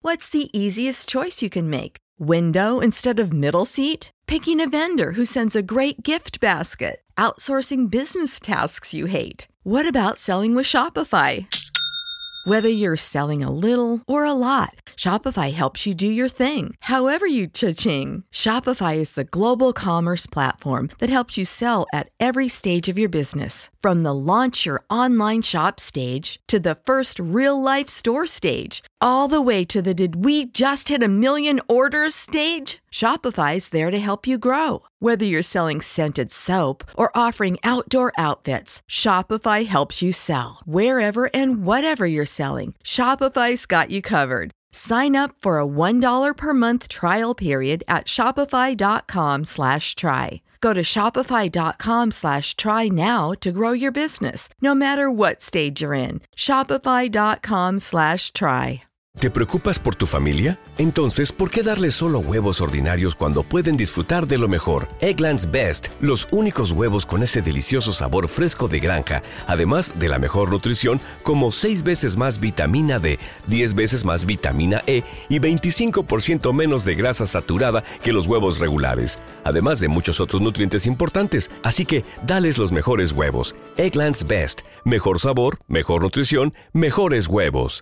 What's the easiest choice you can make? Window instead of middle seat? Picking a vendor who sends a great gift basket? Outsourcing business tasks you hate? What about selling with Shopify? Whether you're selling a little or a lot, Shopify helps you do your thing, however you cha-ching. Shopify is the global commerce platform that helps you sell at every stage of your business. From the launch your online shop stage to the first real-life store stage, all the way to the did we just hit a million orders stage? Shopify's there to help you grow. Whether you're selling scented soap or offering outdoor outfits, Shopify helps you sell. Wherever and whatever you're selling, Shopify's got you covered. Sign up for a $1 per month trial period at shopify.com/try. Go to shopify.com/try now to grow your business, no matter what stage you're in. Shopify.com/try. ¿Te preocupas por tu familia? Entonces, ¿por qué darles solo huevos ordinarios cuando pueden disfrutar de lo mejor? Eggland's Best, los únicos huevos con ese delicioso sabor fresco de granja, además de la mejor nutrición, como 6 veces más vitamina D, 10 veces más vitamina E y 25% menos de grasa saturada que los huevos regulares, además de muchos otros nutrientes importantes. Así que, dales los mejores huevos. Eggland's Best, mejor sabor, mejor nutrición, mejores huevos.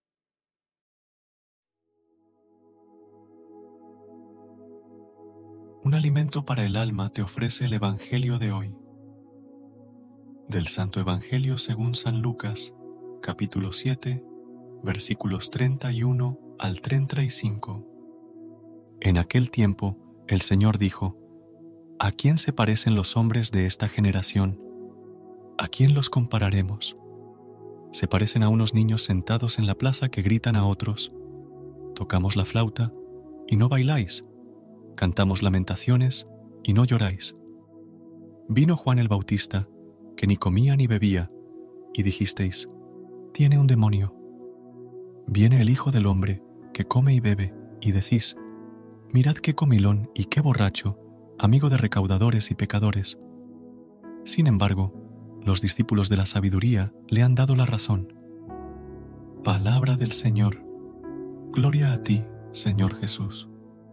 Un alimento para el alma te ofrece el Evangelio de hoy. Del Santo Evangelio según San Lucas, capítulo 7, versículos 31 al 35. En aquel tiempo, el Señor dijo: ¿A quién se parecen los hombres de esta generación? ¿A quién los compararemos? Se parecen a unos niños sentados en la plaza que gritan a otros: tocamos la flauta y no bailáis. Cantamos lamentaciones y no lloráis. Vino Juan el Bautista, que ni comía ni bebía, y dijisteis: tiene un demonio. Viene el Hijo del Hombre, que come y bebe, y decís: mirad qué comilón y qué borracho, amigo de recaudadores y pecadores. Sin embargo, los discípulos de la sabiduría le han dado la razón. Palabra del Señor. Gloria a ti, Señor Jesús.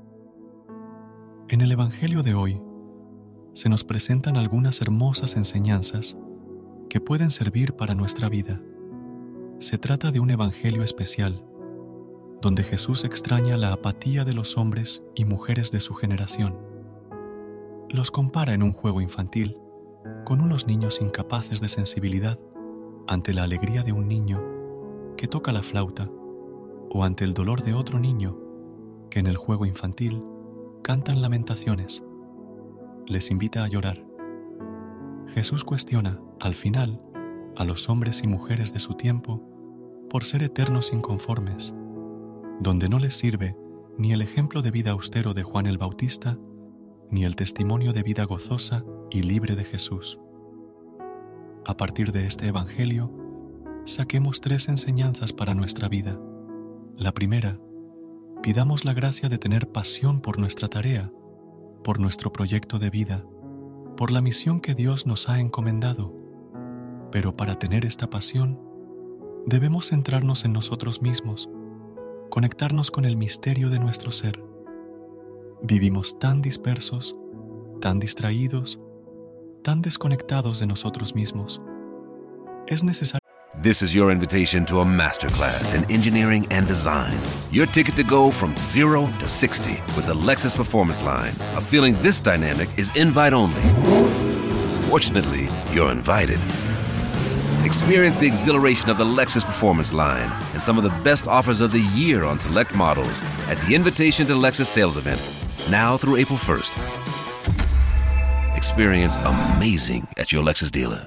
En el Evangelio de hoy se nos presentan algunas hermosas enseñanzas que pueden servir para nuestra vida. Se trata de un Evangelio especial, donde Jesús extraña la apatía de los hombres y mujeres de su generación. Los compara en un juego infantil con unos niños incapaces de sensibilidad ante la alegría de un niño que toca la flauta o ante el dolor de otro niño que en el juego infantil cantan lamentaciones. Les invita a llorar. Jesús cuestiona, al final, a los hombres y mujeres de su tiempo por ser eternos inconformes, donde no les sirve ni el ejemplo de vida austero de Juan el Bautista, ni el testimonio de vida gozosa y libre de Jesús. A partir de este Evangelio, saquemos 3 enseñanzas para nuestra vida. La primera: pidamos la gracia de tener pasión por nuestra tarea, por nuestro proyecto de vida, por la misión que Dios nos ha encomendado. Pero para tener esta pasión, debemos centrarnos en nosotros mismos, conectarnos con el misterio de nuestro ser. Vivimos tan dispersos, tan distraídos, tan desconectados de nosotros mismos. Es necesario. This is your invitation to a masterclass in engineering and design. Your ticket to go from 0 to 60 with the Lexus Performance Line. A feeling this dynamic is invite only. Fortunately, you're invited. Experience the exhilaration of the Lexus Performance Line and some of the best offers of the year on select models at the Invitation to Lexus sales event, now through April 1st. Experience amazing at your Lexus dealer.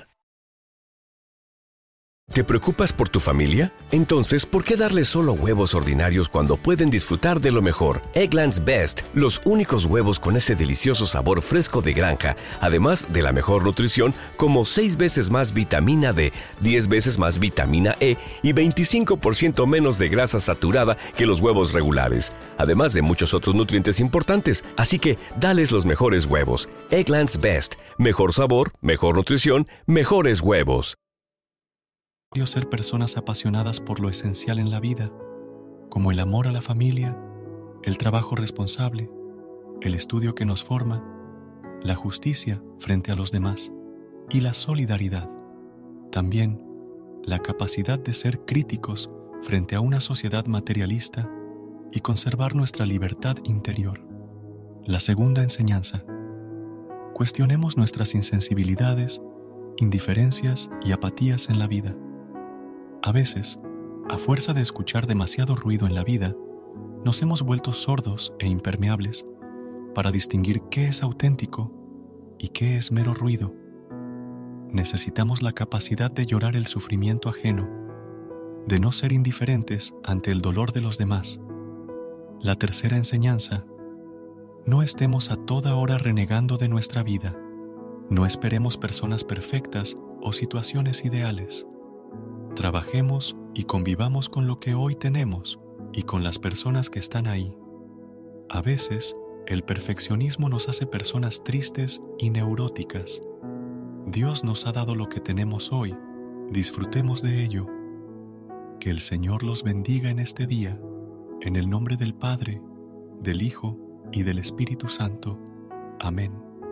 ¿Te preocupas por tu familia? Entonces, ¿por qué darles solo huevos ordinarios cuando pueden disfrutar de lo mejor? Eggland's Best, los únicos huevos con ese delicioso sabor fresco de granja, además de la mejor nutrición, como 6 veces más vitamina D, 10 veces más vitamina E y 25% menos de grasa saturada que los huevos regulares, además de muchos otros nutrientes importantes. Así que, dales los mejores huevos. Eggland's Best, mejor sabor, mejor nutrición, mejores huevos. Ser personas apasionadas por lo esencial en la vida, como el amor a la familia, el trabajo responsable, el estudio que nos forma, la justicia frente a los demás y la solidaridad. También la capacidad de ser críticos frente a una sociedad materialista y conservar nuestra libertad interior. La segunda enseñanza: cuestionemos nuestras insensibilidades, indiferencias y apatías en la vida. A veces, a fuerza de escuchar demasiado ruido en la vida, nos hemos vuelto sordos e impermeables para distinguir qué es auténtico y qué es mero ruido. Necesitamos la capacidad de llorar el sufrimiento ajeno, de no ser indiferentes ante el dolor de los demás. La tercera enseñanza: no estemos a toda hora renegando de nuestra vida. No esperemos personas perfectas o situaciones ideales. Trabajemos y convivamos con lo que hoy tenemos y con las personas que están ahí. A veces, el perfeccionismo nos hace personas tristes y neuróticas. Dios nos ha dado lo que tenemos hoy. Disfrutemos de ello. Que el Señor los bendiga en este día, en el nombre del Padre, del Hijo y del Espíritu Santo. Amén.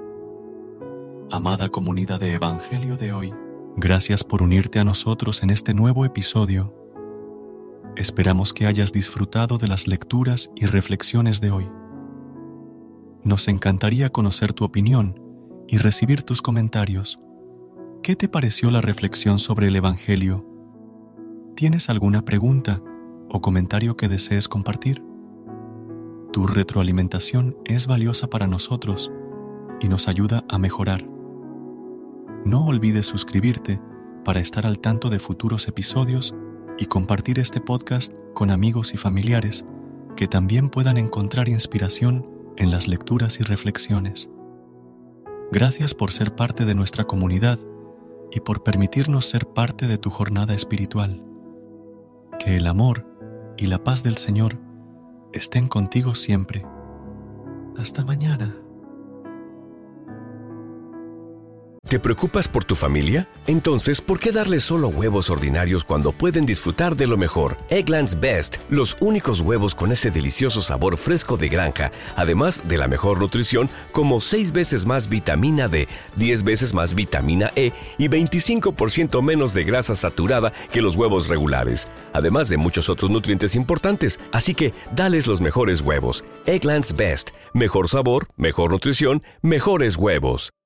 Amada comunidad de Evangelio de hoy, gracias por unirte a nosotros en este nuevo episodio. Esperamos que hayas disfrutado de las lecturas y reflexiones de hoy. Nos encantaría conocer tu opinión y recibir tus comentarios. ¿Qué te pareció la reflexión sobre el Evangelio? ¿Tienes alguna pregunta o comentario que desees compartir? Tu retroalimentación es valiosa para nosotros y nos ayuda a mejorar. No olvides suscribirte para estar al tanto de futuros episodios y compartir este podcast con amigos y familiares que también puedan encontrar inspiración en las lecturas y reflexiones. Gracias por ser parte de nuestra comunidad y por permitirnos ser parte de tu jornada espiritual. Que el amor y la paz del Señor estén contigo siempre. Hasta mañana. ¿Te preocupas por tu familia? Entonces, ¿por qué darles solo huevos ordinarios cuando pueden disfrutar de lo mejor? Eggland's Best, los únicos huevos con ese delicioso sabor fresco de granja, además de la mejor nutrición, como 6 veces más vitamina D, 10 veces más vitamina E y 25% menos de grasa saturada que los huevos regulares, además de muchos otros nutrientes importantes. Así que, dales los mejores huevos. Eggland's Best, mejor sabor, mejor nutrición, mejores huevos.